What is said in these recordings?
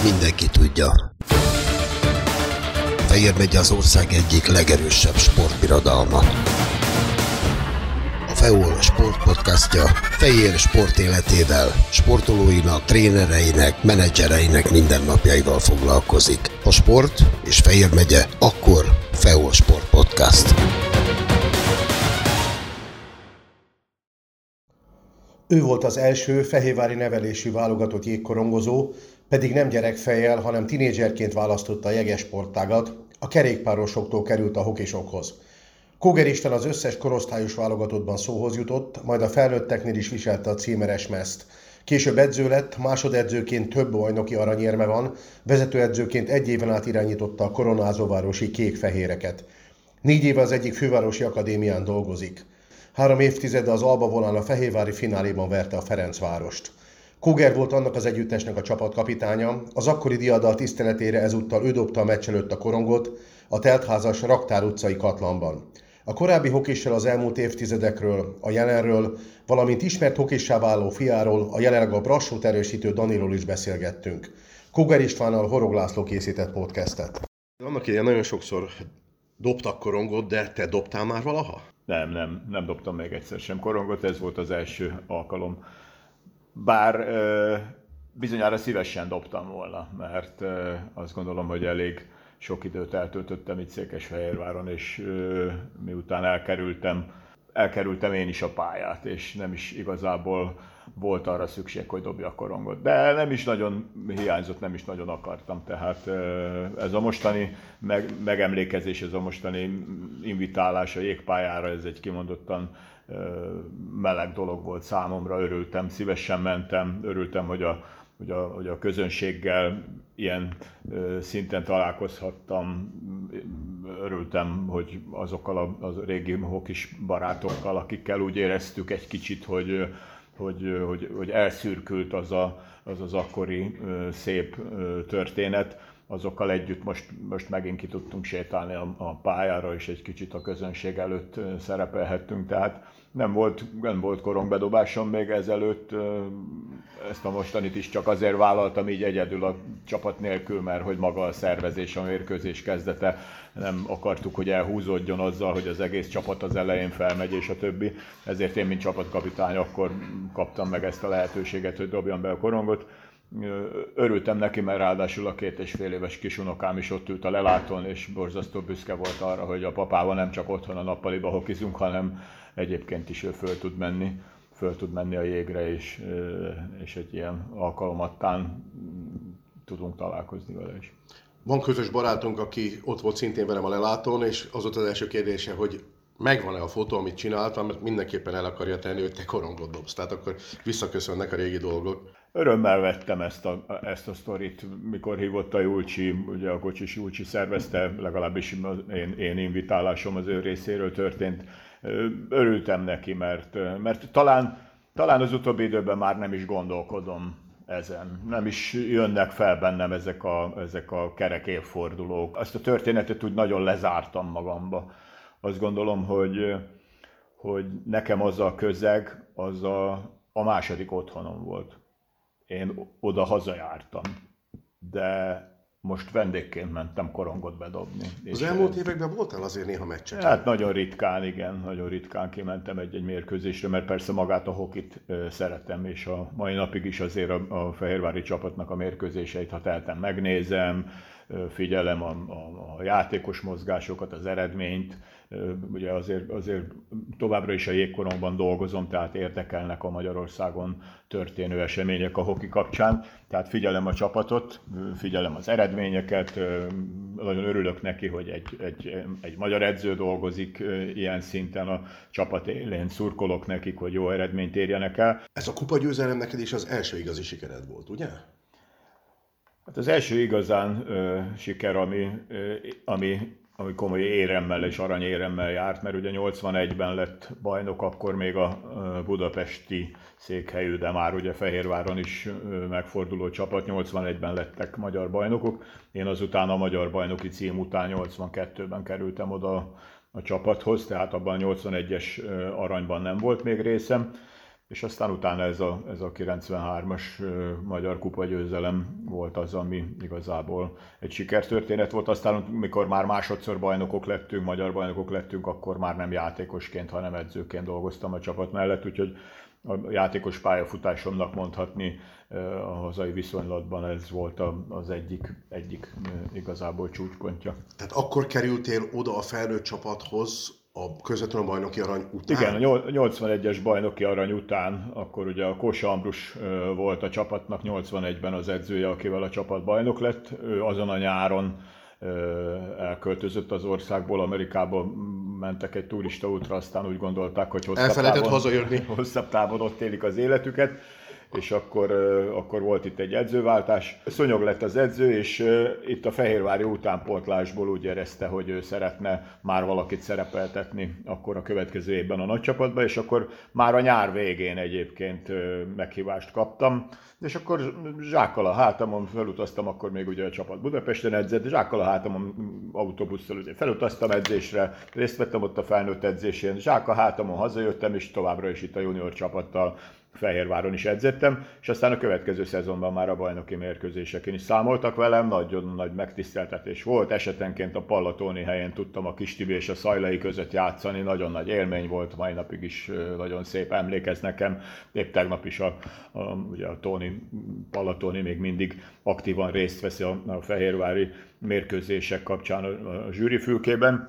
mindenki tudja. Fejér megye az ország egyik legerősebb sportbirodalma. A FEOL sportpodcastja Fejér sport életével, sportolóinak, trénereinek, menedzsereinek mindennapjaival foglalkozik. A sport és Fejér megye, akkor FEOL Sport Podcast. Ő volt az első fehérvári nevelésű válogatott jégkorongozó, pedig nem gyerekfejjel, hanem tinédzserként választotta a jeges sportágat, a kerékpárosoktól került a hokisokhoz. Kóger István az összes korosztályos válogatottban szóhoz jutott, majd a felnőtteknél is viselte a címeres mezt. Később edző lett, másodedzőként több bajnoki aranyérme van, vezetőedzőként 1 éven át irányította a koronázóvárosi kék-fehéreket. 4 éve az egyik fővárosi akadémián dolgozik. 3 évtizede az Alba Volán a fehérvári fináléban verte a Ferencvárost. Kóger volt annak az együttesnek a csapatkapitánya, az akkori diadal tiszteletére ezúttal ő dobta a meccs előtt a korongot a teltházas Raktár utcai Katlanban. A korábbi hokissal az elmúlt évtizedekről, a jelenről, valamint ismert hokissá váló fiáról, a jelenleg a Brassót erősítő Daniról is beszélgettünk. Kóger Istvánnal Horog László készített podcastet. Annak idején nagyon sokszor dobtak korongot, de te dobtál már valaha? Nem dobtam még egyszer sem korongot, ez volt az első alkalom. Bár bizonyára szívesen dobtam volna, mert azt gondolom, hogy elég sok időt eltöltöttem itt Székesfehérváron, és miután elkerültem én is a pályát, és nem is igazából volt arra szükség, hogy dobja a korongot. De nem is nagyon hiányzott, nem is nagyon akartam, tehát ez a mostani megemlékezés, ez a mostani invitálás a jégpályára, ez egy kimondottan meleg dolog volt számomra, örültem, szívesen mentem, örültem, hogy a közönséggel ilyen szinten találkozhattam, örültem, hogy azokkal a régi hokis barátokkal, akikkel úgy éreztük egy kicsit, hogy elszürkült az akkori szép történet, azokkal együtt most megint ki tudtunk sétálni a pályára, és egy kicsit a közönség előtt szerepelhettünk, tehát nem volt korongbedobásom még ezelőtt, ezt a mostanit is csak azért vállaltam így egyedül a csapat nélkül, mert hogy maga a szervezés, a mérkőzés kezdete, nem akartuk, hogy elhúzódjon azzal, hogy az egész csapat az elején felmegy és a többi, ezért én, mint csapatkapitány, akkor kaptam meg ezt a lehetőséget, hogy dobjam be a korongot. Örültem neki, mert ráadásul a 2,5 éves kisunokám is ott ült a lelátón, és borzasztó büszke volt arra, hogy a papával nem csak otthon a nappaliba hokizunk, hanem egyébként is ő föl tud menni a jégre, és egy ilyen alkalomattán tudunk találkozni vele is. Van közös barátunk, aki ott volt szintén velem a lelátón, és az volt az első kérdése, hogy megvan-e a fotó, amit csináltam, mert mindenképpen el akarja tenni, hogy te korongot dobsz. Tehát akkor visszaköszönnek a régi dolgok. Örömmel vettem ezt a sztorit, mikor hívott a Julcsi, ugye a Kocsis Julcsi szervezte, legalábbis én invitálásom az ő részéről történt. Örültem neki, mert talán az utóbbi időben már nem is gondolkodom ezen. Nem is jönnek fel bennem ezek a kerek évfordulók. Azt a történetet úgy nagyon lezártam magamba. Azt gondolom, hogy nekem az a közeg, az a második otthonom volt. Én oda hazajártam, de most vendégként mentem korongot bedobni. Az elmúlt években voltál azért néha meccseken? Hát nagyon ritkán kimentem egy mérkőzésre, mert persze magát a hokit szeretem, és a mai napig is azért a fehérvári csapatnak a mérkőzéseit, ha tehetem, megnézem, figyelem a játékos mozgásokat, az eredményt. Ugye azért továbbra is a jégkorongban dolgozom, tehát érdekelnek a Magyarországon történő események a hoki kapcsán. Tehát figyelem a csapatot, figyelem az eredményeket, nagyon örülök neki, hogy egy magyar edző dolgozik ilyen szinten a csapat élén, szurkolok nekik, hogy jó eredményt érjenek el. Ez a kupagyőzelem neked is az első igazi sikered volt, ugye? Hát az első igazán siker, ami komoly éremmel és aranyéremmel járt, mert ugye 81-ben lett bajnok, akkor még a budapesti székhelyű, de már ugye Fehérváron is megforduló csapat, 81-ben lettek magyar bajnokok. Én azután a magyar bajnoki cím után 82-ben kerültem oda a csapathoz, tehát abban a 81-es aranyban nem volt még részem. És aztán utána ez a 93-as magyar kupa győzelem volt az, ami igazából egy sikertörténet volt. Aztán, mikor már másodszor bajnokok lettünk, magyar bajnokok lettünk, akkor már nem játékosként, hanem edzőként dolgoztam a csapat mellett, úgyhogy a játékos pályafutásomnak mondhatni a hazai viszonylatban ez volt az egyik igazából csúcspontja. Tehát akkor kerültél oda a felnőtt csapathoz, a közvetlenül a bajnoki arany után? Igen, a 81-es bajnoki arany után, akkor ugye a Kósa Ambrus volt a csapatnak 81-ben az edzője, akivel a csapat bajnok lett. Ő azon a nyáron elköltözött az országból, Amerikába mentek egy turistaútra, aztán úgy gondolták, hogy hosszabb távon ott élik az életüket, és akkor volt itt egy edzőváltás. Szonyog lett az edző, és itt a fehérvári utánpótlásból úgy érezte, hogy ő szeretne már valakit szerepeltetni akkor a következő évben a nagycsapatban, és akkor már a nyár végén egyébként meghívást kaptam, és akkor zsákkal a hátamon felutaztam, akkor még ugye a csapat Budapesten edzett, zsákkal a hátamon autóbusszal ugye felutaztam edzésre, részt vettem ott a felnőtt edzésén, zsák a hátamon hazajöttem, és továbbra is itt a junior csapattal Fehérváron is edzettem, és aztán a következő szezonban már a bajnoki mérkőzéseken is számoltak velem, nagyon nagy megtiszteltetés volt, esetenként a Pallatóni helyen tudtam a Kis Tibi és a Szajlai között játszani, nagyon nagy élmény volt, mai napig is nagyon szép emlékez nekem, épp tegnap is ugye a Pallatóni még mindig aktívan részt vesz a fehérvári mérkőzések kapcsán a zsűrifülkében.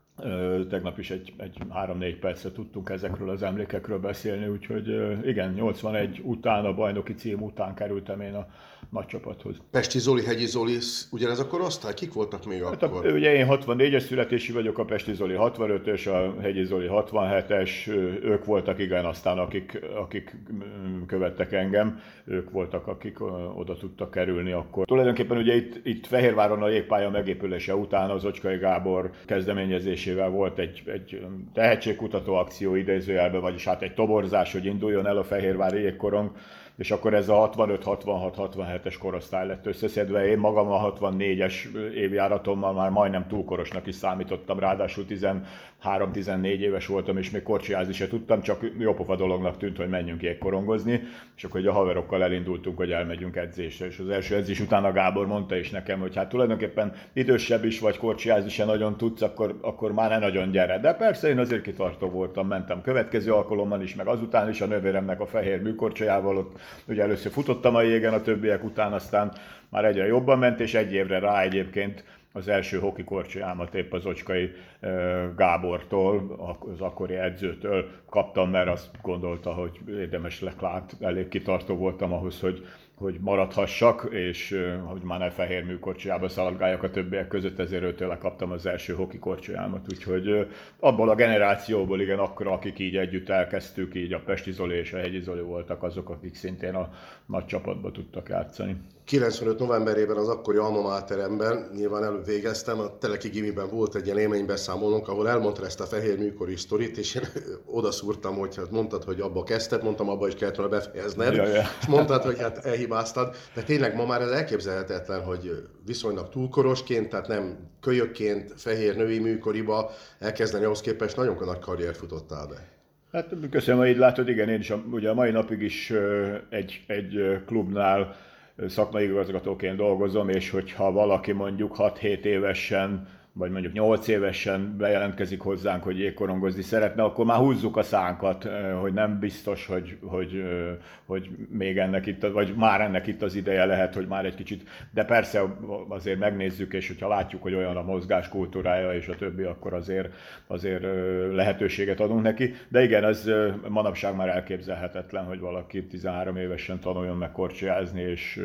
Tegnap is egy 3-4 percre tudtunk ezekről az emlékekről beszélni, úgyhogy igen, 81 után, a bajnoki cím után kerültem én a nagy csapathoz. Pesti Zoli, Hegyi Zoli, ugyanez a korosztály? Kik voltak még akkor? Ugye én 64-es születésű vagyok, a Pesti Zoli 65-ös, a Hegyi Zoli 67-es, ők voltak igen, aztán akik követtek engem, ők voltak, akik oda tudtak kerülni akkor. Tulajdonképpen ugye itt Fehérváron a jégpálya megépülése után az Ocskai Gábor kezdeményezésével volt egy tehetségkutató akció idézőjelben, vagyis hát egy toborzás, hogy induljon el a fehérvári jégkorong, és akkor ez a 65-66-67-es korosztály lett összeszedve. Én magam a 64-es évjáratommal már majdnem túlkorosnak is számítottam, ráadásul 13-14 éves voltam, és még korcsiázni se tudtam, csak jópofa dolognak tűnt, hogy menjünk jégkorongozni, és akkor a haverokkal elindultunk, hogy elmegyünk edzésre, és az első edzés után a Gábor mondta is nekem, hogy hát tulajdonképpen idősebb is vagy, korcsiázni se nagyon tudsz, akkor már ne nagyon gyere. De persze én azért kitartó voltam, mentem következő alkalommal is, meg azután is a nővéremnek a fehér műkorcsolyával, ott ugye először futottam a jégen, a többiek után aztán már egyre jobban ment, és egy évre rá egyébként az első hoki korcsolyámat épp az Ocskai Gábortól, az akkori edzőtől kaptam, mert azt gondolta, hogy érdemes leklát, elég kitartó voltam ahhoz, hogy maradhassak, és hogy már ne fehér műkorcsolyába szaladgáljak a többiek között, ezért őtől kaptam az első hoki korcsolyámat. Úgyhogy abból a generációból, igen, akkor akik így együtt elkezdtük, így a Pesti Zoli és a Hegyi Zoli voltak azok, akik szintén a nagy csapatba tudtak játszani. 95 novemberében az akkori Alma Materemben, nyilván előbb végeztem, a Teleki Gimiben volt egy ilyen élménybeszámolónk, ahol elmondta ezt a fehér műkori sztorit, és én odaszúrtam, hogy mondtad, hogy abba kezdted, mondtam, abba is kellett volna befejezned, és mondtad, hogy hát elhibáztad, de tényleg ma már ez elképzelhetetlen, hogy viszonylag túlkorosként, tehát nem kölyökként, fehér női műkoriba elkezdeni, ahhoz képest nagyon nagy karriert futottál be. Hát köszönöm, hogy így látod, igen, én is ugye a mai napig is egy klubnál szakmai igazgatóként dolgozom, és hogyha valaki mondjuk 6-7 évesen, vagy mondjuk 8 évesen bejelentkezik hozzánk, hogy jégkorongozni szeretne, akkor már húzzuk a szánkat, hogy nem biztos, hogy még ennek itt, vagy már ennek itt az ideje lehet, hogy már egy kicsit, de persze azért megnézzük, és hogyha látjuk, hogy olyan a mozgás kultúrája és a többi, akkor azért lehetőséget adunk neki. De igen, ez manapság már elképzelhetetlen, hogy valaki 13 évesen tanuljon meg korcsolyázni,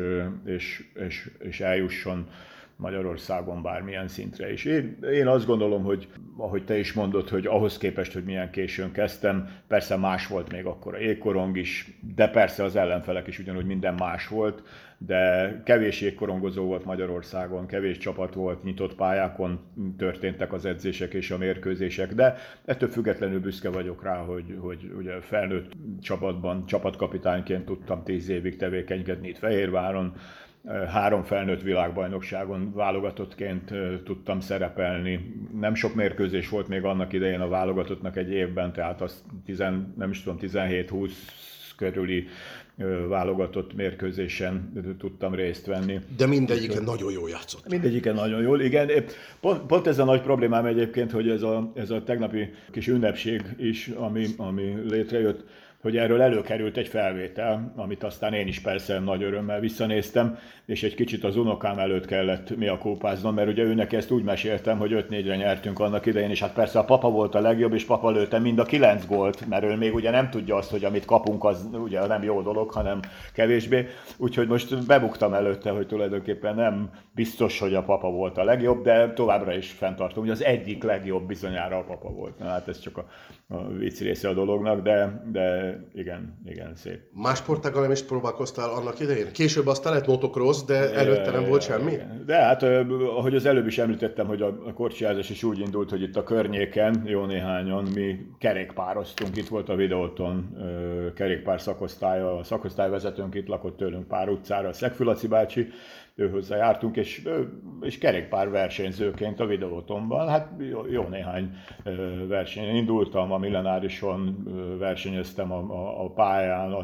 és eljusson Magyarországon bármilyen szintre is. Én azt gondolom, hogy ahogy te is mondod, hogy ahhoz képest, hogy milyen későn kezdtem, persze más volt még akkor a jégkorong is, de persze az ellenfelek is ugyanúgy minden más volt, de kevés jégkorongozó volt Magyarországon, kevés csapat volt, nyitott pályákon történtek az edzések és a mérkőzések, de ettől függetlenül büszke vagyok rá, hogy ugye felnőtt csapatban csapatkapitányként tudtam 10 évig tevékenykedni itt Fehérváron, 3 felnőtt világbajnokságon válogatottként tudtam szerepelni. Nem sok mérkőzés volt még annak idején a válogatottnak egy évben, tehát az 17-20 körüli válogatott mérkőzésen tudtam részt venni. De mindegyiken nagyon jól játszott. Mindegyiken nagyon jól, igen. Pont ez a nagy problémám egyébként, hogy ez a tegnapi kis ünnepség is, ami létrejött, hogy erről előkerült egy felvétel, amit aztán én is persze nagy örömmel visszanéztem, és egy kicsit az unokám előtt kellett miakópáznom, mert ugye őnek ezt úgy meséltem, hogy 5-4-re nyertünk annak idején, és hát persze a papa volt a legjobb, és papa lőtte mind a 9 gólt, mert ő még ugye nem tudja azt, hogy amit kapunk, az ugye nem jó dolog, hanem kevésbé. Úgyhogy most bebuktam előtte, hogy tulajdonképpen nem biztos, hogy a papa volt a legjobb, de továbbra is fenntartom, hogy az egyik legjobb bizonyára a papa volt. Na, hát ez csak a vicc része a dolognak, de igen, szép. Más sportággal nem is próbálkoztál annak idején? Később aztán lett motocross, de előtte nem volt semmi? De hát, ahogy az előbb is említettem, hogy a korcsolyázás is úgy indult, hogy itt a környéken, jó néhányan, mi kerékpároztunk, itt volt a videóton kerékpár szakosztálya, a szakosztályvezetőnk itt lakott tőlünk pár utcára, a Szegfű-Laci bácsi, őhozzá jártunk, és kerékpár versenyzőként a videótonban, hát jó néhány versenyen indultam, a millenárison versenyeztem a pályán,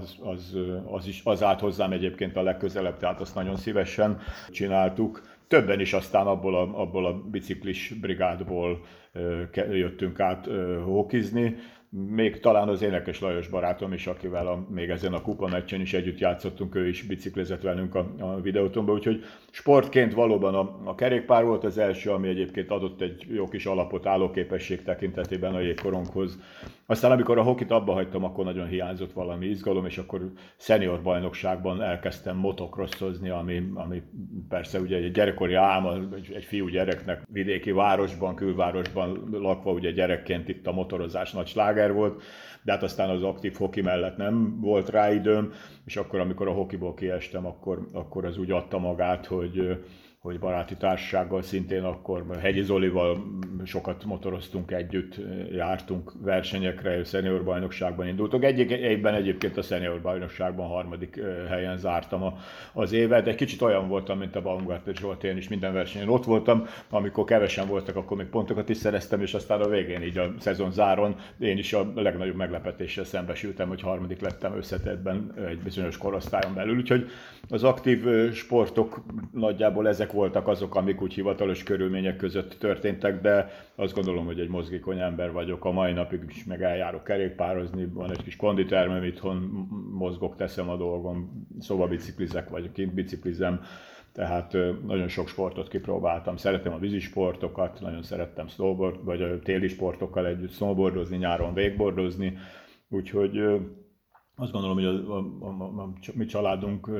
az állt hozzám egyébként a legközelebb, tehát azt nagyon szívesen csináltuk. Többen is aztán abból a biciklis brigádból jöttünk át hokizni. Még talán az Énekes Lajos barátom is, akivel még ezen a kupa meccsen is együtt játszottunk, ő is biciklizett velünk a videótonban, úgyhogy sportként valóban a kerékpár volt az első, ami egyébként adott egy jó kis alapot állóképesség tekintetében a jégkoronghoz. Aztán amikor a hokit abba hagytam, akkor nagyon hiányzott valami izgalom, és akkor szenior bajnokságban elkezdtem motocrossozni, ami persze ugye egy gyerekkori álma, egy fiúgyereknek vidéki városban, külvárosban lakva, ugye gyerekként itt a motorozás nagy sláger volt, de hát aztán az aktív hoki mellett nem volt rá időm, és akkor, amikor a hokiból kiestem, akkor az úgy adta magát, hogy baráti társasággal szintén akkor Hegyi Zolival sokat motoroztunk együtt, jártunk versenyekre, szenior bajnokságban indultunk. Egyik évben egyébként a szenior bajnokságban 3. helyen zártam az évet. Egy kicsit olyan voltam, mint a Baumgartner Zsolt, én is minden versenyen ott voltam. Amikor kevesen voltak, akkor még pontokat is szereztem, és aztán a végén, így a szezon záron én is a legnagyobb meglepetéssel szembesültem, hogy 3. lettem összetettben egy bizonyos korosztályon belül. Úgyhogy az aktív sportok nagyjából ezek voltak azok, amik úgy hivatalos körülmények között történtek, de azt gondolom, hogy egy mozgékony ember vagyok. A mai napig is meg eljárok kerékpározni, van egy kis konditermem itthon, mozgok, teszem a dolgom, szobabiciklizek, vagy kint biciklizem, tehát nagyon sok sportot kipróbáltam. Szeretem a vízisportokat, nagyon szerettem snowboard, vagy a téli sportokkal együtt snowboardozni, nyáron wakeboardozni, úgyhogy azt gondolom, hogy a mi családunk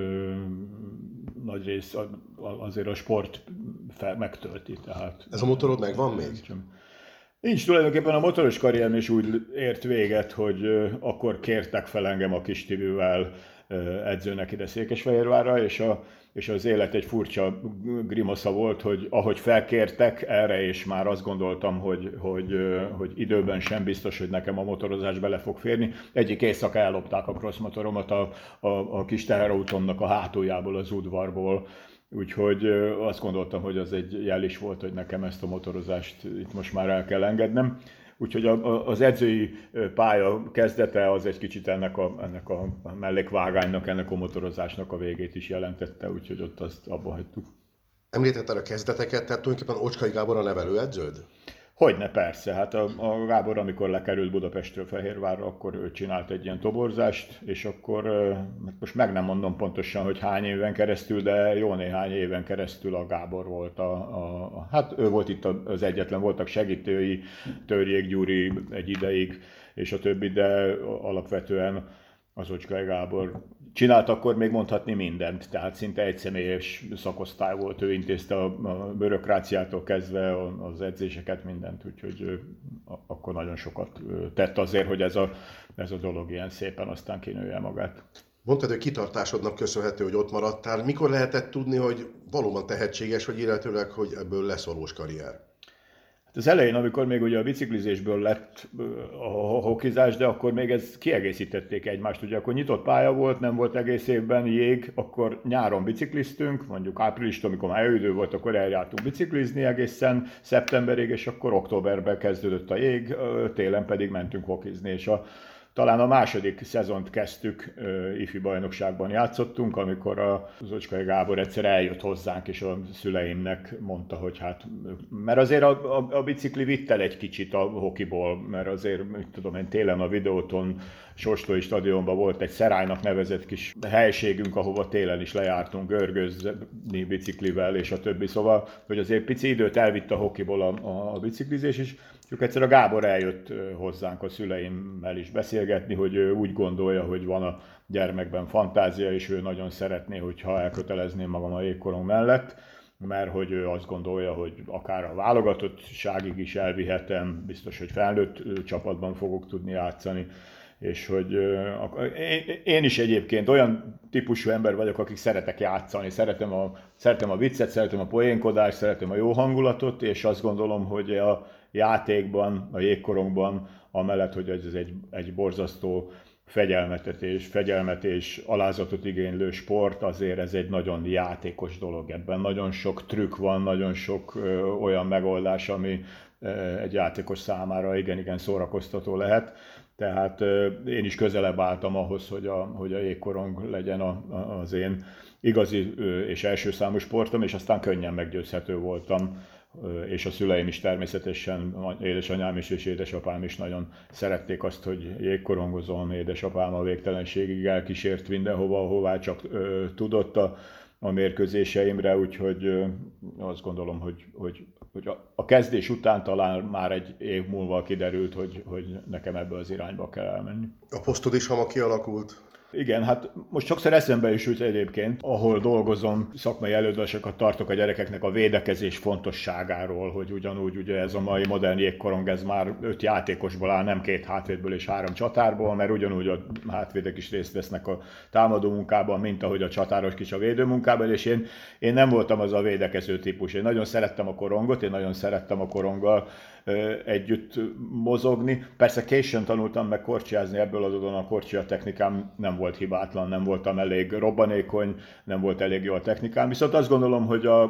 nagy rész azért a sport megtölti. Tehát, ez a motorod megvan még? Nincs, tulajdonképpen a motoros karrierem is úgy ért véget, hogy akkor kértek fel engem a Kis Tibivel edzőnek ide Székesfehérvárra, és az élet egy furcsa grimasza volt, hogy ahogy felkértek erre, és már azt gondoltam, hogy időben sem biztos, hogy nekem a motorozás bele fog férni. Egyik éjszaka ellopták a crossmotoromat a kis teherautómnak a hátuljából, az udvarból. Úgyhogy azt gondoltam, hogy az egy jel is volt, hogy nekem ezt a motorozást itt most már el kell engednem. Úgyhogy az edzői pálya kezdete az egy kicsit ennek a mellékvágánynak, ennek a motorozásnak a végét is jelentette, úgyhogy ott azt abba hagytuk. Említetted a kezdeteket, tehát tulajdonképpen Ocskai Gábor a nevelőedződ? Hogyne, persze. Hát a Gábor, amikor lekerült Budapestről Fehérvárra, akkor ő csinált egy ilyen toborzást, és akkor most meg nem mondom pontosan, hogy hány éven keresztül, de jó néhány éven keresztül a Gábor volt hát ő volt itt az egyetlen, voltak segítői, Törjék Gyuri egy ideig, és a többi, de alapvetően az Ocskai Gábor csinált akkor még mondhatni mindent, tehát szinte egyszemélyes szakosztály volt, ő intézte a bürokráciától kezdve az edzéseket, mindent, úgyhogy akkor nagyon sokat tett azért, hogy ez a dolog ilyen szépen aztán kinője magát. Mondtad, hogy kitartásodnak köszönhető, hogy ott maradtál. Mikor lehetett tudni, hogy valóban tehetséges, vagy illetőleg, hogy ebből lesz valós karrier? Az elején, amikor még ugye a biciklizésből lett a hokizás, de akkor még ez kiegészítették egymást. Ugye akkor nyitott pálya volt, nem volt egész évben jég, akkor nyáron bicikliztünk, mondjuk áprilistól, amikor már idő volt, akkor eljártunk biciklizni egészen szeptemberig, és akkor októberben kezdődött a jég, télen pedig mentünk hokizni, és talán a második szezont kezdtük, ifi bajnokságban játszottunk, amikor az Ocskai Gábor egyszer eljött hozzánk, és a szüleimnek mondta, hogy hát, mert azért a bicikli vitt el egy kicsit a hokiból, mert azért, mit tudom én, télen a Videóton, Sóstói stadionban volt egy Szerálynak nevezett kis helységünk, ahova télen is lejártunk görgözni biciklivel, és a többi. Szóval, hogy azért pici időt elvitt a hokiból a biciklizés is. Csak egyszer a Gábor eljött hozzánk a szüleimmel is beszélgetni, hogy ő úgy gondolja, hogy van a gyermekben fantázia, és ő nagyon szeretné, hogyha elkötelezném magam a jégkorong mellett, mert hogy ő azt gondolja, hogy akár a válogatottságig is elvihetem, biztos, hogy felnőtt csapatban fogok tudni játszani, és hogy én is egyébként olyan típusú ember vagyok, akik szeretek játszani, szeretem a viccet, szeretem a poénkodást, szeretem a jó hangulatot, és azt gondolom, hogy a játékban, a jégkorongban, amellett, hogy ez egy borzasztó fegyelmet és alázatot igénylő sport, azért ez egy nagyon játékos dolog. Ebben nagyon sok trükk van, nagyon sok olyan megoldás, ami egy játékos számára igen szórakoztató lehet. Tehát én is közelebb álltam ahhoz, hogy a jégkorong legyen az én igazi és első számú sportom, és aztán könnyen meggyőzhető voltam, és a szüleim is természetesen, édesanyám is és édesapám is nagyon szerették azt, hogy jégkorongozom. Édesapám a végtelenségig elkísért mindenhova, ahová csak tudott a mérkőzéseimre, úgyhogy azt gondolom, hogy a kezdés után talán már egy év múlva kiderült, hogy nekem ebbe az irányba kell elmenni. A posztod is hamar kialakult? Igen, hát most sokszor eszembe is jut egyébként, ahol dolgozom, szakmai előadásokat tartok a gyerekeknek a védekezés fontosságáról, hogy ugyanúgy ugye ez a mai modern jégkorong, ez már 5 játékosból áll, nem 2 hátvédből és 3 csatárból, mert ugyanúgy a hátvédek is részt vesznek a támadó munkában, mint ahogy a csatárok is a védő munkában, és én nem voltam az a védekező típus. Én nagyon szerettem a korongot, én nagyon szerettem a koronggal együtt mozogni. Persze későn tanultam meg korcsiázni, ebből adódóan a korcsia technikám nem volt hibátlan, nem voltam elég robbanékony, nem volt elég jó a technikám, viszont azt gondolom,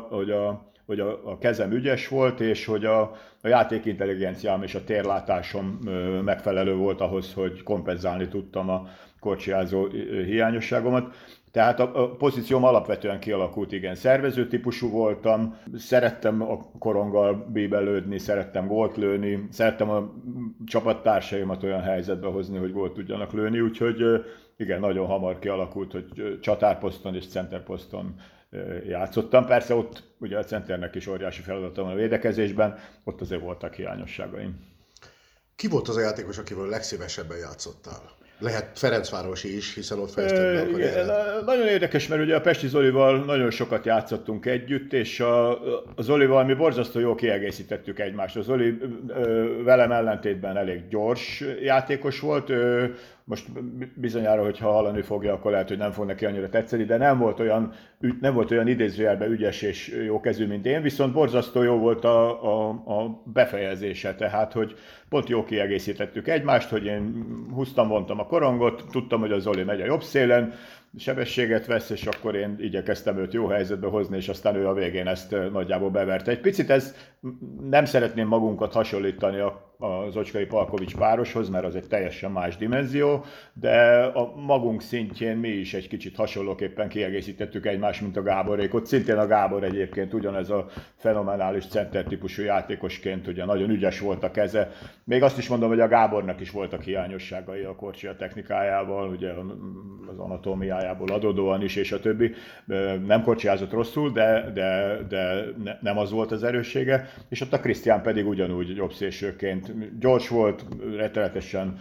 hogy a kezem ügyes volt, és hogy a játékintelligenciám és a térlátásom megfelelő volt ahhoz, hogy kompenzálni tudtam a korcsiázó hiányosságomat. Tehát a pozícióm alapvetően kialakult, igen, szervező típusú voltam, szerettem a koronggal bíbelődni, szerettem gólt lőni, szerettem a csapattársaimat olyan helyzetbe hozni, hogy gólt tudjanak lőni, úgyhogy igen, nagyon hamar kialakult, hogy csatárposzton és centerposzton játszottam. Persze ott ugye a centernek is óriási feladatom a védekezésben, ott azért voltak hiányosságaim. Ki volt az a játékos, akivel legszívesebben játszottál? Lehet Ferencvárosi is, hiszen ott fejezted be a karriered. Nagyon érdekes, mert ugye a Pesti Zolival nagyon sokat játszottunk együtt, és a Zolival mi borzasztó jól kiegészítettük egymást. A Zoli velem ellentétben elég gyors játékos volt, most bizonyára, hogyha hallani fogja, akkor lehet, hogy nem fog neki annyira tetszeni, de nem volt olyan idézőjelben ügyes és jókezű, mint én, viszont borzasztó jó volt a befejezése, tehát, hogy pont jól kiegészítettük egymást, hogy én húztam, vontam a korongot, tudtam, hogy a Zoli megy a jobb szélen, sebességet vesz, és akkor én igyekeztem őt jó helyzetbe hozni, és aztán ő a végén ezt nagyjából beverte. Egy picit nem szeretném magunkat hasonlítani az Ocskai Palkovics pároshoz, mert az egy teljesen más dimenzió, de a magunk szintjén mi is egy kicsit hasonlóképpen kiegészítettük egymást, mint a Gáborékot. Szintén a Gábor egyébként ugyanez a fenomenális center típusú játékosként, ugye nagyon ügyes volt a keze. Még azt is mondom, hogy a Gábornak is voltak hiányosságai a korcsia technikájával, ugye az anatómiájából adódóan is, és a többi. Nem korcsiázott rosszul, de nem az volt az erőssége. És ott a Krisztián pedig ugyanúgy jobbszélsőként gyors volt, rettenetesen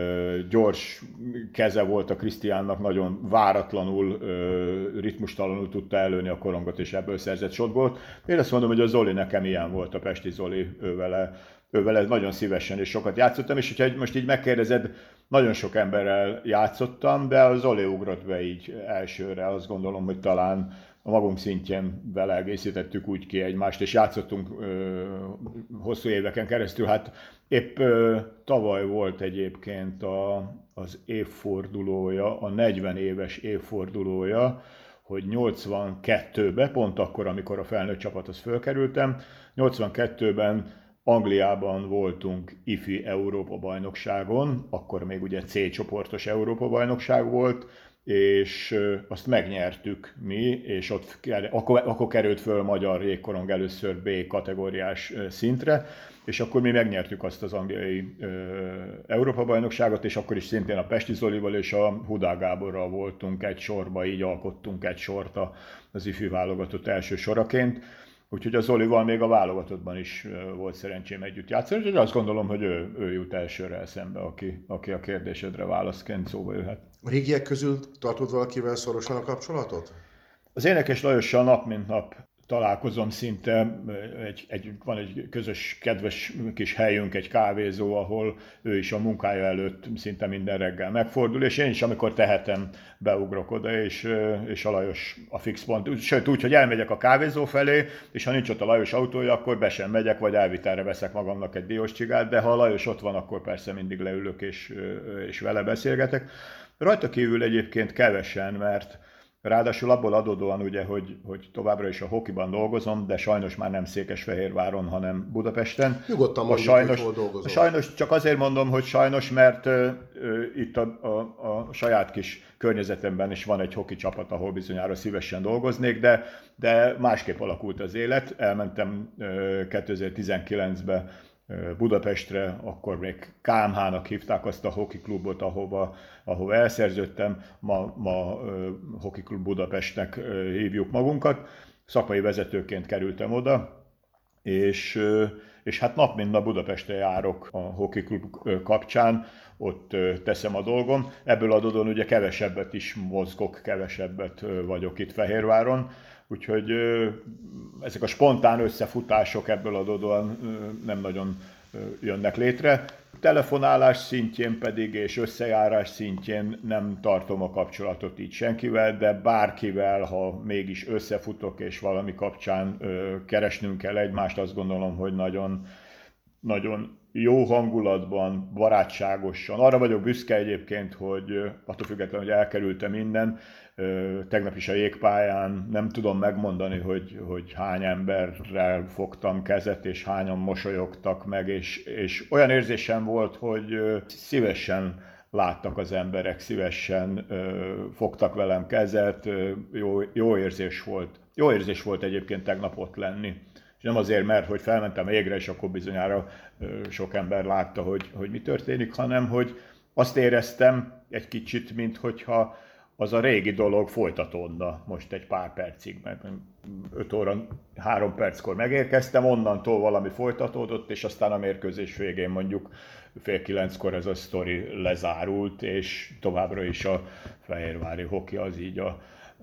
gyors keze volt a Krisztiánnak, nagyon váratlanul, ritmustalanul tudta előni a korongot, és ebből szerzett shotgolt. Én azt mondom, hogy a Zoli nekem ilyen volt, a Pesti Zoli, ővele nagyon szívesen és sokat játszottam, és hogyha most így megkérdezed, nagyon sok emberrel játszottam, de a Zoli ugrott be így elsőre, azt gondolom, hogy talán a magunk szintjén vele egészítettük úgy ki egymást, és játszottunk hosszú éveken keresztül. Hát épp tavaly volt egyébként az évfordulója, a 40 éves évfordulója, hogy 82-ben, pont akkor, amikor a felnőtt csapathoz fölkerültem, 82-ben Angliában voltunk ifi Európa-bajnokságon, akkor még ugye C csoportos Európa-bajnokság volt, és azt megnyertük mi, és ott akkor került föl magyar jégkorong először B kategóriás szintre, és akkor mi megnyertük azt az angliai Európa-bajnokságot, és akkor is szintén a Pesti Zolival és a Hudák Gáborral voltunk egy sorba, így alkottunk egy sort az ifi válogatott első soraként. Úgyhogy a Zolival még a válogatottban is volt szerencsém együtt játszani, és azt gondolom, hogy ő jut elsőre eszembe, aki a kérdésedre válaszként szóba jöhet. A régiek közül tartod valakivel szorosan a kapcsolatot? Az Énekes Lajossal nap mint nap találkozom szinte, van egy közös, kedves kis helyünk, egy kávézó, ahol ő is a munkája előtt szinte minden reggel megfordul, és én is, amikor tehetem, beugrok oda, és a Lajos a fix pont. Sőt, úgy, hogy elmegyek a kávézó felé, és ha nincs ott a Lajos autója, akkor be sem megyek, vagy elvitelre veszek magamnak egy diós csigát, de ha a Lajos ott van, akkor persze mindig leülök, és vele beszélgetek. Rajta kívül egyébként kevesen, mert ráadásul abból adódóan ugye, hogy továbbra is a hokiban dolgozom, de sajnos már nem Székesfehérváron, hanem Budapesten. Nyugodtan mondjuk, hogy hol dolgozom. Sajnos, csak azért mondom, hogy sajnos, mert itt a saját kis környezetemben is van egy hoki csapat, ahol bizonyára szívesen dolgoznék, de másképp alakult az élet. Elmentem 2019-ben Budapestre, akkor még KMH-nak hívták azt a hoki klubot, ahova elszerződtem, ma Hoki Klub Budapestnek hívjuk magunkat. Szakmai vezetőként kerültem oda, és hát nap mint nap Budapestre járok a Hoki Klub kapcsán, ott teszem a dolgom. Ebből adódóan ugye kevesebbet is mozgok, kevesebbet vagyok itt Fehérváron, úgyhogy ezek a spontán összefutások ebből adódóan nem nagyon jönnek létre. Telefonálás szintjén pedig és összejárás szintjén nem tartom a kapcsolatot így senkivel, de bárkivel, ha mégis összefutok és valami kapcsán keresnünk kell egymást, azt gondolom, hogy nagyon, nagyon jó hangulatban, barátságosan. Arra vagyok büszke egyébként, hogy attól függetlenül, hogy elkerültem innen, tegnap is a jégpályán nem tudom megmondani, hogy hány emberrel fogtam kezet, és hányan mosolyogtak meg, és olyan érzésem volt, hogy szívesen láttak az emberek, szívesen fogtak velem kezet, jó érzés volt. Jó érzés volt egyébként tegnap ott lenni. És nem azért, mert hogy felmentem a jégre, és akkor bizonyára sok ember látta, hogy mi történik, hanem hogy azt éreztem egy kicsit, minthogyha az a régi dolog folytatódna most egy pár percig, mert 5 óra 3 perckor megérkeztem, onnantól valami folytatódott, és aztán a mérkőzés végén mondjuk 8:30-kor ez a sztori lezárult, és továbbra is a fehérvári hoki az így a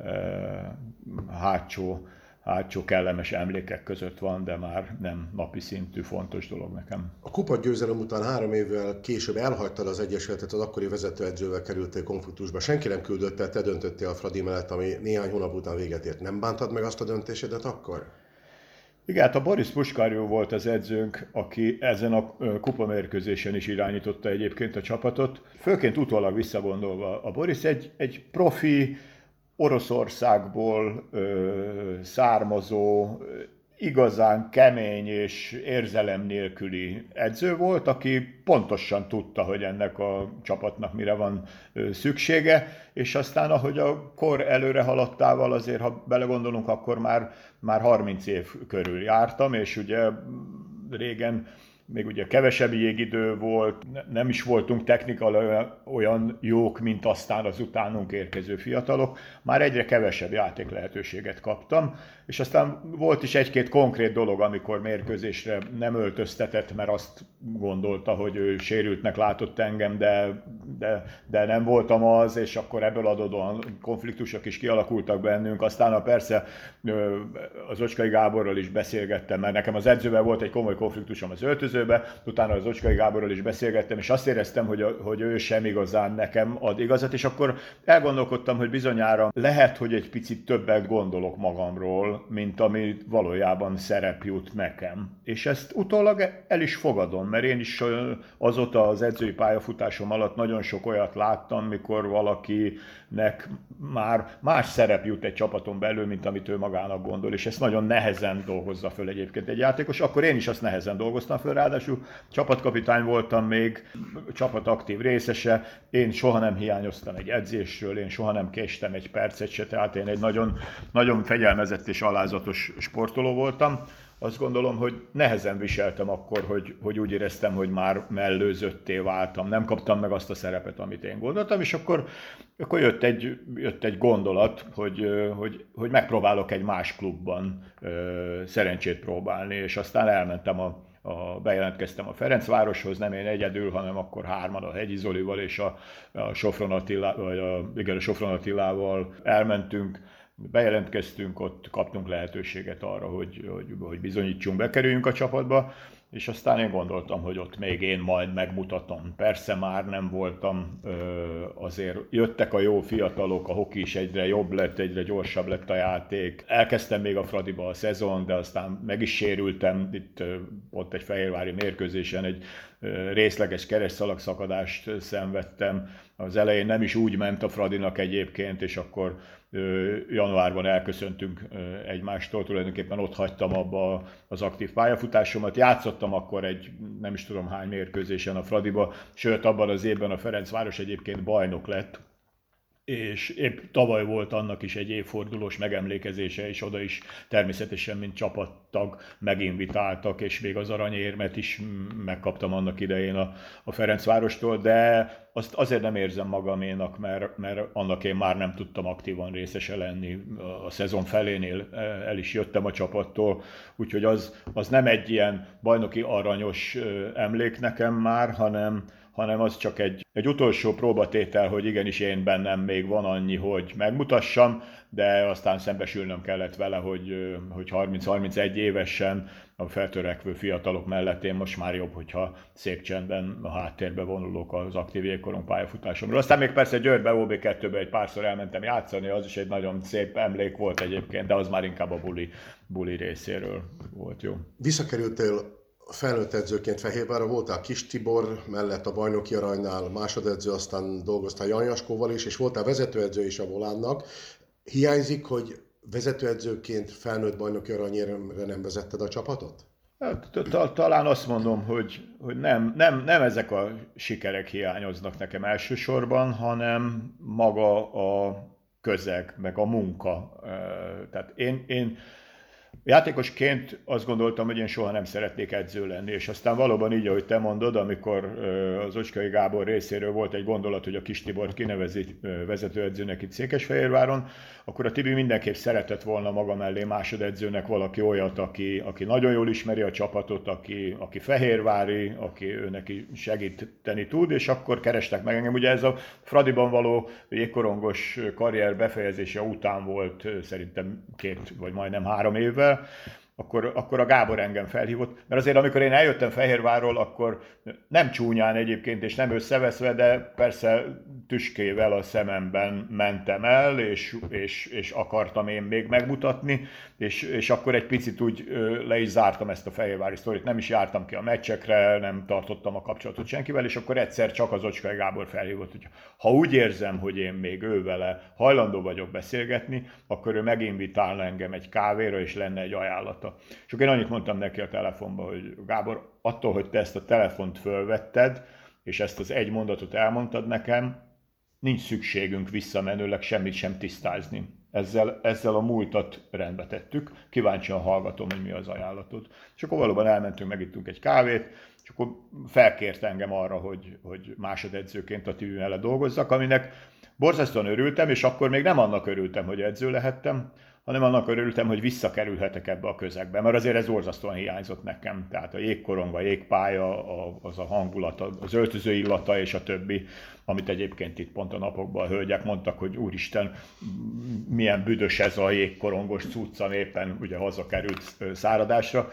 hátsó kellemes emlékek között van, de már nem napi szintű fontos dolog nekem. A kupa győzelem után 3 évvel később elhagytad az Egyesületet, az akkori vezetőedzővel kerültél konfliktusba. Senki nem küldött el, te döntöttél a Fradi mellett, ami néhány hónap után véget ért. Nem bántad meg azt a döntésedet akkor? Igen, hát a Boris Puskariu volt az edzőnk, aki ezen a kupamérkőzésen is irányította egyébként a csapatot. Főként utólag visszagondolva, a Boris egy profi, Oroszországból származó, igazán kemény és érzelem nélküli edző volt, aki pontosan tudta, hogy ennek a csapatnak mire van szüksége, és aztán ahogy a kor előre haladtával, azért ha belegondolunk, akkor már 30 év körül jártam, és ugye régen még ugye kevesebb jégidő volt, nem is voltunk technikailag olyan jók, mint aztán az utánunk érkező fiatalok. Már egyre kevesebb játék lehetőséget kaptam, és aztán volt is egy-két konkrét dolog, amikor mérkőzésre nem öltöztetett, mert azt gondolta, hogy ő sérültnek látott engem, de nem voltam az, és akkor ebből adódóan konfliktusok is kialakultak bennünk. Aztán persze az Ocskai Gáborral is beszélgettem, mert nekem az edzővel volt egy komoly konfliktusom az öltöző öltözőbe, utána az Ocskai Gáborral is beszélgettem, és azt éreztem, hogy ő sem igazán nekem ad igazat, és akkor elgondolkodtam, hogy bizonyára lehet, hogy egy picit többet gondolok magamról, mint ami valójában szerep jut nekem. És ezt utólag el is fogadom, mert én is azóta az edzői pályafutásom alatt nagyon sok olyat láttam, mikor valakinek már más szerep jut egy csapaton belül, mint amit ő magának gondol, és ezt nagyon nehezen dolgozza föl egyébként egy játékos. Akkor én is azt nehezen dolgoztam föl, ráadásul csapatkapitány voltam még, csapat aktív részese, én soha nem hiányoztam egy edzésről, én soha nem késtem egy percet se, tehát én egy nagyon, nagyon fegyelmezett és alázatos sportoló voltam. Azt gondolom, hogy nehezen viseltem akkor, hogy úgy éreztem, hogy már mellőzötté váltam. Nem kaptam meg azt a szerepet, amit én gondoltam, és akkor jött egy gondolat, hogy megpróbálok egy más klubban szerencsét próbálni, és aztán elmentem bejelentkeztem a Ferencvároshoz, nem én egyedül, hanem akkor hárman, a Hegyi Zolival és a Sofron Attilával elmentünk, bejelentkeztünk, ott kaptunk lehetőséget arra, hogy bizonyítsunk, bekerüljünk a csapatba, és aztán én gondoltam, hogy ott még én majd megmutatom. Persze már nem voltam, azért jöttek a jó fiatalok, a hoki is egyre jobb lett, egyre gyorsabb lett a játék. Elkezdtem még a Fradiba a szezon, de aztán meg is sérültem, itt ott egy fehérvári mérkőzésen egy részleges keresztszalagszakadást szenvedtem. Az elején nem is úgy ment a Fradinak egyébként, és akkor januárban elköszöntünk egymástól, tulajdonképpen ott hagytam abba az aktív pályafutásomat. Játszottam akkor egy nem is tudom hány mérkőzésen a Fradiba, sőt abban az évben a Ferencváros egyébként bajnok lett, és épp tavaly volt annak is egy évfordulós megemlékezése, és oda is természetesen, mint csapattag meginvitáltak, és még az aranyérmet is megkaptam annak idején a Ferencvárostól, de azt azért nem érzem magaménak, mert annak én már nem tudtam aktívan részese lenni. A szezon felénél el is jöttem a csapattól, úgyhogy az nem egy ilyen bajnoki aranyos emlék nekem már, hanem az csak egy utolsó próbatétel, hogy igenis én bennem még van annyi, hogy megmutassam, de aztán szembesülnöm kellett vele, hogy 30-31 évesen a feltörekvő fiatalok mellett én most már jobb, hogyha szép csendben a háttérbe vonulok az aktív jégkorong pályafutásomról. Aztán még persze Győrbe, OB2-be egy párszor elmentem játszani, az is egy nagyon szép emlék volt egyébként, de az már inkább a buli részéről volt jó. Visszakerültél felnőtt edzőként Fehérvárra, voltál Kis Tibor mellett a bajnoki aranynál, másodedző, aztán dolgoztál Jan Jaskóval is, és voltál vezetőedző is a Volánnak. Hiányzik, hogy vezetőedzőként felnőtt bajnoki aranyérre nem vezetted a csapatot? Talán azt mondom, hogy nem ezek a sikerek hiányoznak nekem elsősorban, hanem maga a közeg, meg a munka. Tehát én játékosként azt gondoltam, hogy én soha nem szeretnék edző lenni, és aztán valóban így, ahogy te mondod, amikor az Ocskai Gábor részéről volt egy gondolat, hogy a Kis Tibort kinevezi vezetőedzőnek itt Székesfehérváron, akkor a Tibi mindenképp szeretett volna maga mellé másodedzőnek valaki olyat, aki nagyon jól ismeri a csapatot, aki fehérvári, aki ő neki segíteni tud, és akkor kerestek meg engem. Ugye ez a Fradiban való jégkorongos karrier befejezése után volt szerintem 2 vagy majdnem 3 évvel, akkor a Gábor engem felhívott, mert azért amikor én eljöttem Fehérvárról, akkor nem csúnyán egyébként, és nem összeveszve, de persze tüskével a szememben mentem el, és akartam én még megmutatni, és akkor egy picit úgy le is zártam ezt a fehérvári sztorit, nem is jártam ki a meccsekre, nem tartottam a kapcsolatot senkivel, és akkor egyszer csak az Ocskai Gábor felhívott, hogy ha úgy érzem, hogy én még ővele hajlandó vagyok beszélgetni, akkor ő meginvitálna engem egy kávéra, és lenne egy ajánlata. És akkor én annyit mondtam neki a telefonban, hogy Gábor, attól, hogy te ezt a telefont fölvetted, és ezt az egy mondatot elmondtad nekem, nincs szükségünk visszamenőleg semmit sem tisztázni. Ezzel a múltat rendbe tettük, kíváncsian hallgatom, hogy mi az ajánlatod. És akkor valóban elmentünk, megittunk egy kávét, és akkor felkért engem arra, hogy másodedzőként a Tibi mellett dolgozzak, aminek borzasztóan örültem, és akkor még nem annak örültem, hogy edző lehettem, hanem annak örültem, hogy visszakerülhetek ebbe a közegbe, mert azért ez borzasztóan hiányzott nekem. Tehát a jégkorong, a jégpálya, az a hangulat, az öltöző illata és a többi, amit egyébként itt pont a napokban a hölgyek mondtak, hogy úristen, milyen büdös ez a jégkorongos cucc, éppen ugye hazakerült száradásra.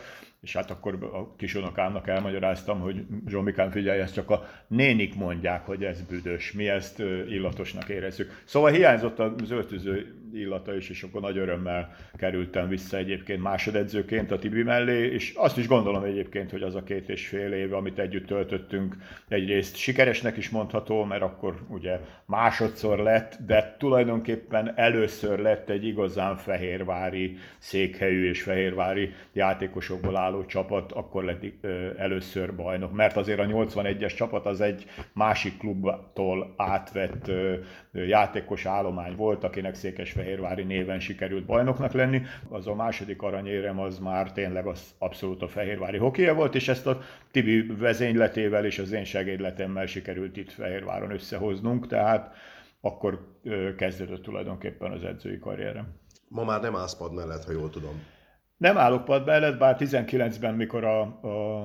És hát akkor a kisunokámnak elmagyaráztam, hogy Zsombikám, figyelj, ezt csak a nénik mondják, hogy ez büdös, mi ezt illatosnak érezzük. Szóval hiányzott az öltöző illata is, és akkor nagy örömmel kerültem vissza egyébként másodedzőként a Tibi mellé, és azt is gondolom egyébként, hogy az a 2,5 év, amit együtt töltöttünk, egyrészt sikeresnek is mondható, mert akkor ugye másodszor lett, de tulajdonképpen először lett egy igazán fehérvári székhelyű és fehérvári játékosokból álló csapat, akkor lett először bajnok, mert azért a 81-es csapat az egy másik klubtól átvett játékos állomány volt, akinek székesfehérvári néven sikerült bajnoknak lenni. Az a második aranyérem az már tényleg az abszolút a fehérvári hokkéja volt, és ezt a Tibi vezényletével és az én segédletemmel sikerült itt Fehérváron összehoznunk, tehát akkor kezdődött tulajdonképpen az edzői karrierem. Ma már nem állsz pad mellett, ha jól tudom. Nem állok pad mellett, bár 19-ben, mikor a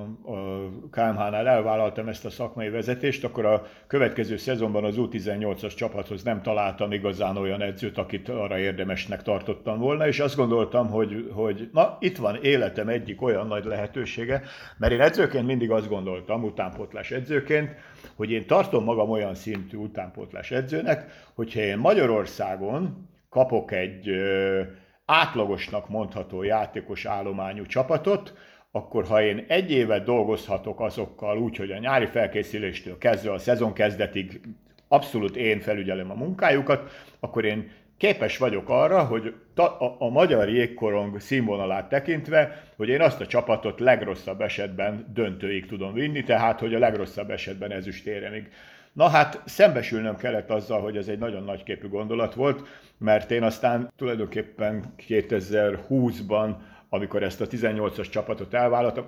KMH-nál elvállaltam ezt a szakmai vezetést, akkor a következő szezonban az U18-as csapathoz nem találtam igazán olyan edzőt, akit arra érdemesnek tartottam volna, és azt gondoltam, hogy na, itt van életem egyik olyan nagy lehetősége, mert én edzőként mindig azt gondoltam, utánpótlás edzőként, hogy én tartom magam olyan szintű utánpótlás edzőnek, hogyha én Magyarországon kapok egy átlagosnak mondható játékos állományú csapatot, akkor ha én egy évet dolgozhatok azokkal úgy, hogy a nyári felkészüléstől kezdve a szezon kezdetig abszolút én felügyelem a munkájukat, akkor én képes vagyok arra, hogy a magyar jégkorong színvonalát tekintve, hogy én azt a csapatot legrosszabb esetben döntőig tudom vinni, tehát hogy a legrosszabb esetben ezüstéremig. Na hát szembesülnöm kellett azzal, hogy ez egy nagyon nagyképű gondolat volt, mert én aztán tulajdonképpen 2020-ban, amikor ezt a 18-as csapatot elvállaltam,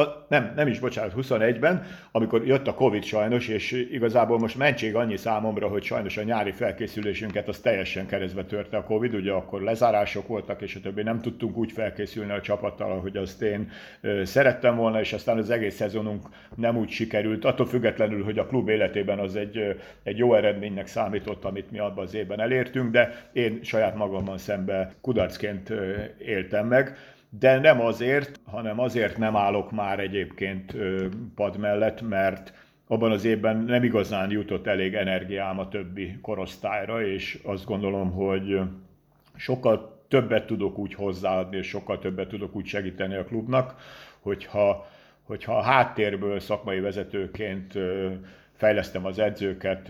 21-ben, amikor jött a Covid sajnos, és igazából most mentség annyi számomra, hogy sajnos a nyári felkészülésünket az teljesen keresztbe törte a Covid, ugye akkor lezárások voltak, és a többi nem tudtunk úgy felkészülni a csapattal, ahogy azt én szerettem volna, és aztán az egész szezonunk nem úgy sikerült, attól függetlenül, hogy a klub életében az egy jó eredménynek számított, amit mi abban az évben elértünk, de én saját magammal szembe kudarcként éltem meg. De nem azért, hanem azért nem állok már egyébként pad mellett, mert abban az évben nem igazán jutott elég energiám a többi korosztályra, és azt gondolom, hogy sokkal többet tudok úgy hozzáadni, és sokkal többet tudok úgy segíteni a klubnak, hogyha a háttérből szakmai vezetőként fejlesztem az edzőket,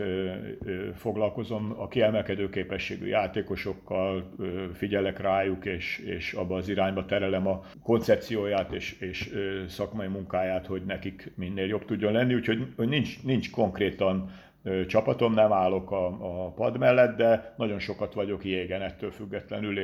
foglalkozom a kiemelkedő képességű játékosokkal, figyelek rájuk, és abba az irányba terelem a koncepcióját és szakmai munkáját, hogy nekik minél jobb tudjon lenni. Úgyhogy nincs konkrétan csapatom, nem állok a pad mellett, de nagyon sokat vagyok jégen ettől függetlenül,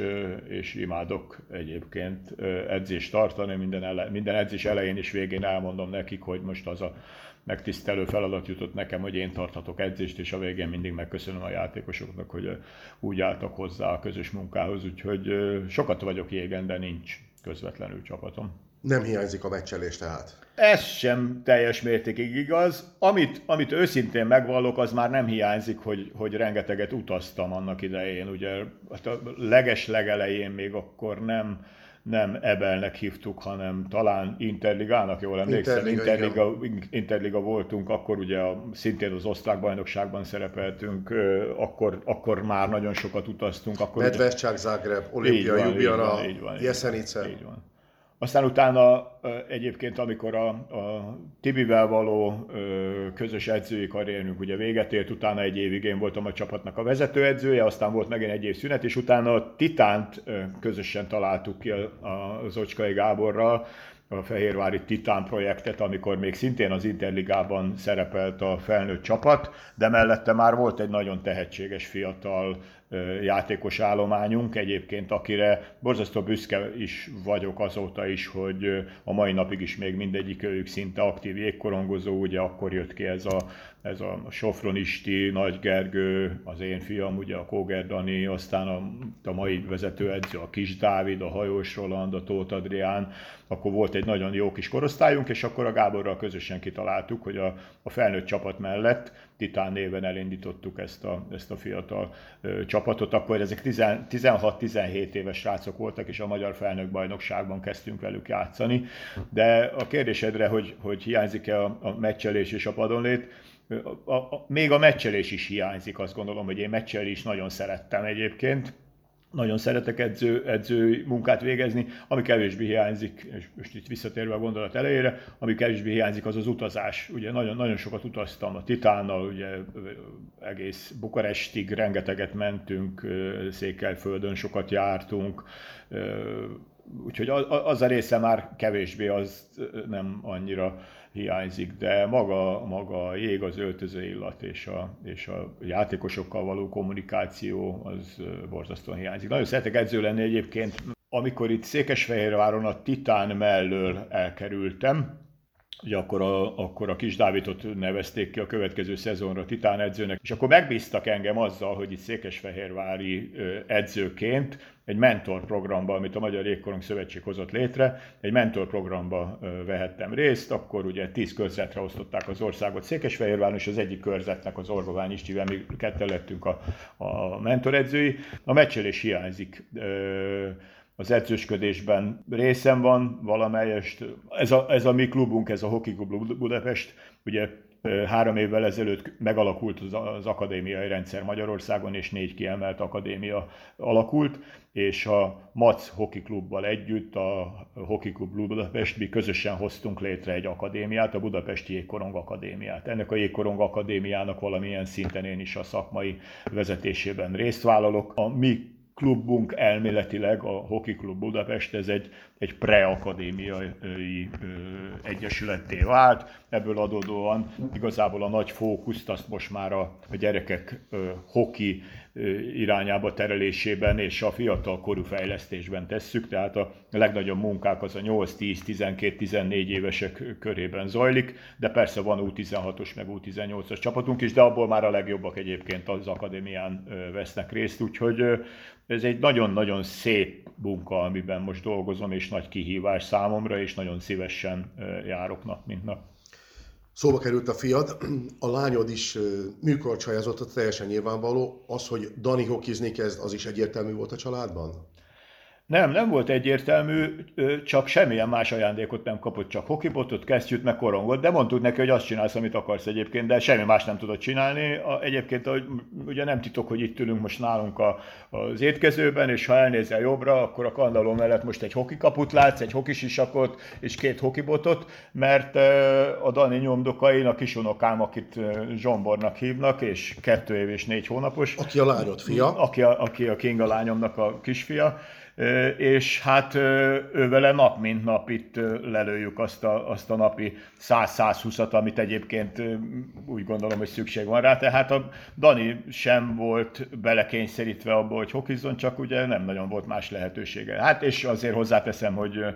és imádok egyébként edzést tartani. Minden edzés elején és végén elmondom nekik, hogy most az a megtisztelő feladat jutott nekem, hogy én tarthatok edzést, és a végén mindig megköszönöm a játékosoknak, hogy úgy álltak hozzá a közös munkához, úgyhogy sokat vagyok jégen, de nincs közvetlenül csapatom. Nem hiányzik a meccselés tehát? Ez sem teljes mértékig igaz. Amit őszintén megvallok, az már nem hiányzik, hogy rengeteget utaztam annak idején. Ugye a legelején még akkor nem Ebelnek hívtuk, hanem talán Interligának, jól emlékszem, Interliga voltunk, akkor ugye szintén az osztrák bajnokságban szerepeltünk, akkor már nagyon sokat utaztunk. Medvescsák, Zágráb, Olimpia, Ljubljana, Jesenice. Így van. Aztán utána egyébként, amikor a Tibivel való közös edzői karrierünk ugye véget ért, utána egy évig én voltam a csapatnak a vezetőedzője, aztán volt megint egy év szünet, és utána a Titánt közösen találtuk ki az Ocskai Gáborral, a Fehérvári Titán projektet, amikor még szintén az Interligában szerepelt a felnőtt csapat, de mellette már volt egy nagyon tehetséges fiatal játékos állományunk egyébként, akire borzasztó büszke is vagyok azóta is, hogy a mai napig is még mindegyik ők szinte aktív jégkorongozó, ugye akkor jött ki ez a Sofron Isti, Nagy Gergő, az én fiam, ugye a Kóger Dani, aztán a mai vezetőedző, a Kis Dávid, a Hajós Roland, a Tóth Adrián, akkor volt egy nagyon jó kis korosztályunk, és akkor a Gáborral közösen kitaláltuk, hogy a felnőtt csapat mellett Titán néven elindítottuk ezt a fiatal csapatot. csapatot, akkor ezek 16-17 éves srácok voltak, és a magyar felnőtt bajnokságban kezdtünk velük játszani. De a kérdésedre, hogy hiányzik-e a meccselés és a padonlét, még a meccselés is hiányzik, azt gondolom, hogy én meccselni is nagyon szerettem egyébként. Nagyon szeretek edző munkát végezni, ami kevésbé hiányzik, és most itt visszatérve a gondolat elejére, ami kevésbé hiányzik, az az utazás. Ugye nagyon sokat utaztam a Titánnal, ugye egész Bukarestig rengeteget mentünk, Székelyföldön sokat jártunk, úgyhogy az a része már kevésbé, az nem annyira hiányzik, de maga a jég, az öltöző illat és a játékosokkal való kommunikáció az borzasztóan hiányzik. Nagyon szeretek edző lenni egyébként. Amikor itt Székesfehérváron a Titán mellől elkerültem, ugye akkor a Kis Dávidot nevezték ki a következő szezonra Titán edzőnek, és akkor megbíztak engem azzal, hogy itt székesfehérvári edzőként egy mentorprogramba, amit a Magyar Jégkorong Szövetség hozott létre, egy mentorprogramba vehettem részt, akkor ugye 10 körzetre osztották az országot Székesfehérváron, és az egyik körzetnek az Orgovány Istivel mi ketten lettünk a mentoredzői. A meccselés hiányzik. Az edzősködésben részem van valamelyest. Ez a mi klubunk, ez a Hockey Klub Budapest, ugye 3 évvel ezelőtt megalakult az akadémiai rendszer Magyarországon, és 4 kiemelt akadémia alakult, és a MAC Hockey Klubbal együtt, a Hockey Klub Budapest, mi közösen hoztunk létre egy akadémiát, a Budapesti Jégkorong Akadémiát. Ennek a Jégkorong Akadémiának valamilyen szinten én is a szakmai vezetésében részt vállalok. A mi klubunk elméletileg, a Hockey Klub Budapest, ez egy preakadémiai egyesületté vált. Ebből adódóan igazából a nagy fókuszt azt most már a gyerekek hoki irányába terelésében és a fiatal korú fejlesztésben tesszük, tehát a legnagyobb munkák az a 8, 10, 12, 14 évesek körében zajlik, de persze van U16-os meg U18-as csapatunk is, de abból már a legjobbak egyébként az akadémián vesznek részt, úgyhogy ez egy nagyon-nagyon szép munka, amiben most dolgozom, és nagy kihívás számomra, és nagyon szívesen járok nap, mint nap. Szóba került a fiad, a lányod is műkorcsolyázott, teljesen nyilvánvaló. Az, hogy Dani hokizni kezd, az is egyértelmű volt a családban? Nem volt egyértelmű, csak semmilyen más ajándékot nem kapott, csak hokibotot, kesztyűt, meg korongot, de mondtuk neki, hogy azt csinálsz, amit akarsz egyébként, de semmi más nem tudott csinálni. Egyébként ugye nem titok, hogy itt ülünk most nálunk az étkezőben, és ha elnézel jobbra, akkor a kandalló mellett most egy hokikaput látsz, egy hokisisakot és 2 hokibotot, mert a Dani nyomdokain a kisunokám, akit Zsombornak hívnak, és 2 év és 4 hónapos. Aki a lányod fia. Aki a Kinga lányomnak a kisfia. És hát ővele nap mint nap itt lelőjük azt a napi 100-120-at, amit egyébként úgy gondolom, hogy szükség van rá. Tehát a Dani sem volt belekényszerítve abba, hogy hokizzon, csak ugye nem nagyon volt más lehetősége. Hát és azért hozzáteszem,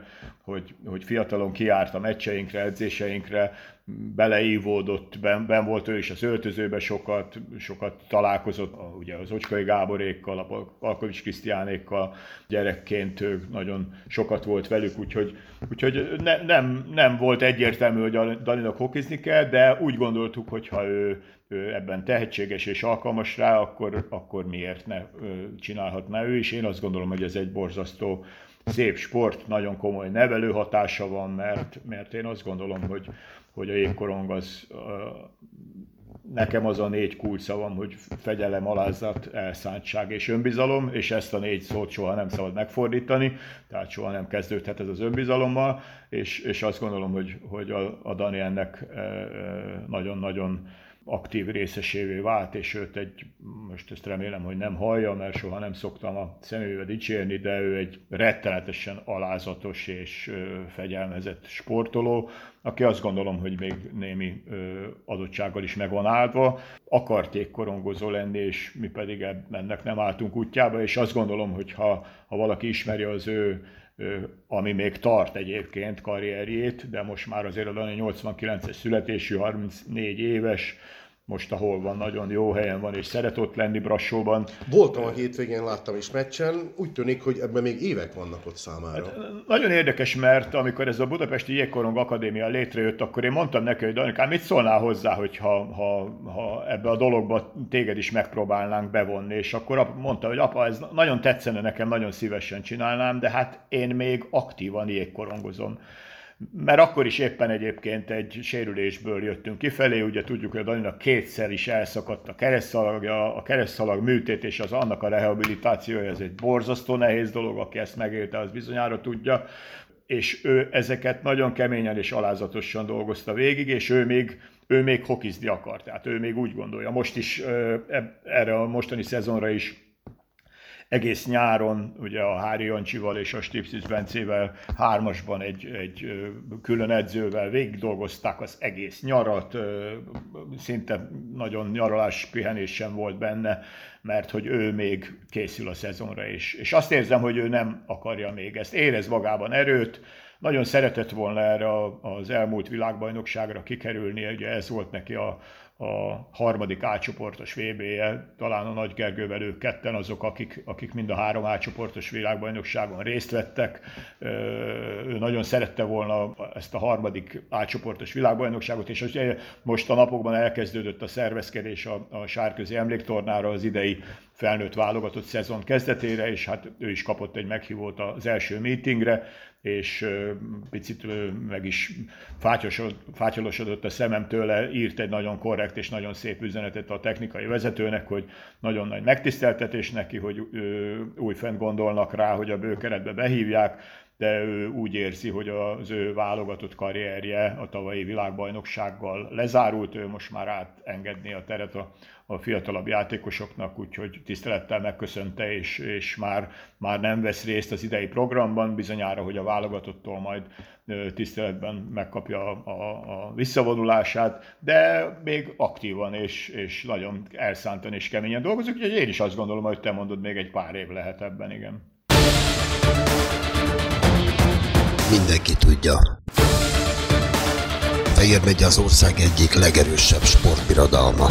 hogy fiatalon kijárt a meccseinkre, edzéseinkre, beleívódott, ben volt ő is az öltözőbe, sokat találkozott, ugye az Ocskai Gáborékkal, a Palkovics Krisztiánékkal, gyerekként nagyon sokat volt velük, úgyhogy nem volt egyértelmű, hogy a Daninak hokizni kell, de úgy gondoltuk, hogy ha ő ebben tehetséges és alkalmas rá, akkor miért ne csinálhatná ő is. Én azt gondolom, hogy ez egy borzasztó szép sport, nagyon komoly nevelő hatása van, mert én azt gondolom, hogy a jégkorong az, nekem az a 4 kulcsszavam, hogy fegyelem, alázat, elszántság és önbizalom, és ezt a 4 szót soha nem szabad megfordítani, tehát soha nem kezdődhet ez az önbizalommal, és azt gondolom, hogy a Dani ennek nagyon-nagyon aktív részesévé vált, és őt most ezt remélem, hogy nem hallja, mert soha nem szoktam a személyével dicsérni, de ő egy rettenetesen alázatos és fegyelmezett sportoló, aki azt gondolom, hogy még némi adottsággal is meg van áldva. Akart jégkorongozó lenni, és mi pedig ennek nem álltunk útjába, és azt gondolom, hogy ha valaki ismeri az ő ami még tart egyébként karrierjét, de most már azért a Dani 89-es születésű, 34 éves, most ahol van, nagyon jó helyen van, és szeret ott lenni Brassóban. Voltam a hétvégén, láttam is meccsen, úgy tűnik, hogy ebben még évek vannak ott számára. Hát, nagyon érdekes, mert amikor ez a Budapesti Jégkorong Akadémia létrejött, akkor én mondtam neki, hogy Danikám, mit szólnál hozzá, ha ebbe a dologba téged is megpróbálnánk bevonni, és akkor mondta, hogy apa, ez nagyon tetszene nekem, nagyon szívesen csinálnám, de hát én még aktívan jégkorongozom. Mert akkor is éppen egyébként egy sérülésből jöttünk kifelé, ugye tudjuk, hogy a Daninak kétszer is elszakadt a keresztszalagja, a keresztszalag műtét és annak a rehabilitációja, ez egy borzasztó nehéz dolog, aki ezt megélte, az bizonyára tudja, és ő ezeket nagyon keményen és alázatosan dolgozta végig, és ő még hokizni akar, tehát ő még úgy gondolja. Most is erre a mostani szezonra is egész nyáron, ugye a Hári Jancsival és a Stipszis Bencével hármasban egy külön edzővel végig dolgozták az egész nyarat, szinte nagyon nyaralás, pihenés sem volt benne, mert hogy ő még készül a szezonra is. És azt érzem, hogy ő nem akarja még ezt. Érez magában erőt, nagyon szeretett volna erre az elmúlt világbajnokságra kikerülni, ugye ez volt neki a harmadik A-csoportos VB-je, talán a Nagy Gergővel ők ketten azok, akik mind a 3 A-csoportos világbajnokságon részt vettek. Ő nagyon szerette volna ezt a harmadik A-csoportos világbajnokságot, és most a napokban elkezdődött a szervezkedés a Sárközi Emléktornára az idei felnőtt válogatott szezon kezdetére, és hát ő is kapott egy meghívót az első meetingre, és picit meg is fátyolosodott a szemem tőle, írt egy nagyon korrekt és nagyon szép üzenetet a technikai vezetőnek, hogy nagyon nagy megtiszteltetés neki, hogy újfent gondolnak rá, hogy a bőkeretbe behívják, de ő úgy érzi, hogy az ő válogatott karrierje a tavalyi világbajnoksággal lezárult, ő most már átengedné a teret a fiatalabb játékosoknak, úgyhogy tisztelettel megköszönte, és már nem vesz részt az idei programban, bizonyára, hogy a válogatottól majd tiszteletben megkapja a visszavonulását, de még aktívan és nagyon elszántan és keményen dolgozik, úgyhogy én is azt gondolom, hogy te mondod, még egy pár év lehet ebben, igen. Mindenki tudja. Fejér megye az ország egyik legerősebb sportbirodalma.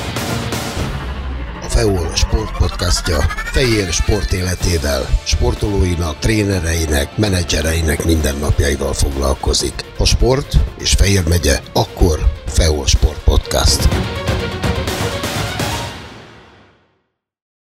A FEOL Sport podcastja Fejér sport életével, sportolóinak, trénereinek, menedzsereinek mindennapjaival foglalkozik. A sport és Fejér megye, akkor FEOL Sport Podcast.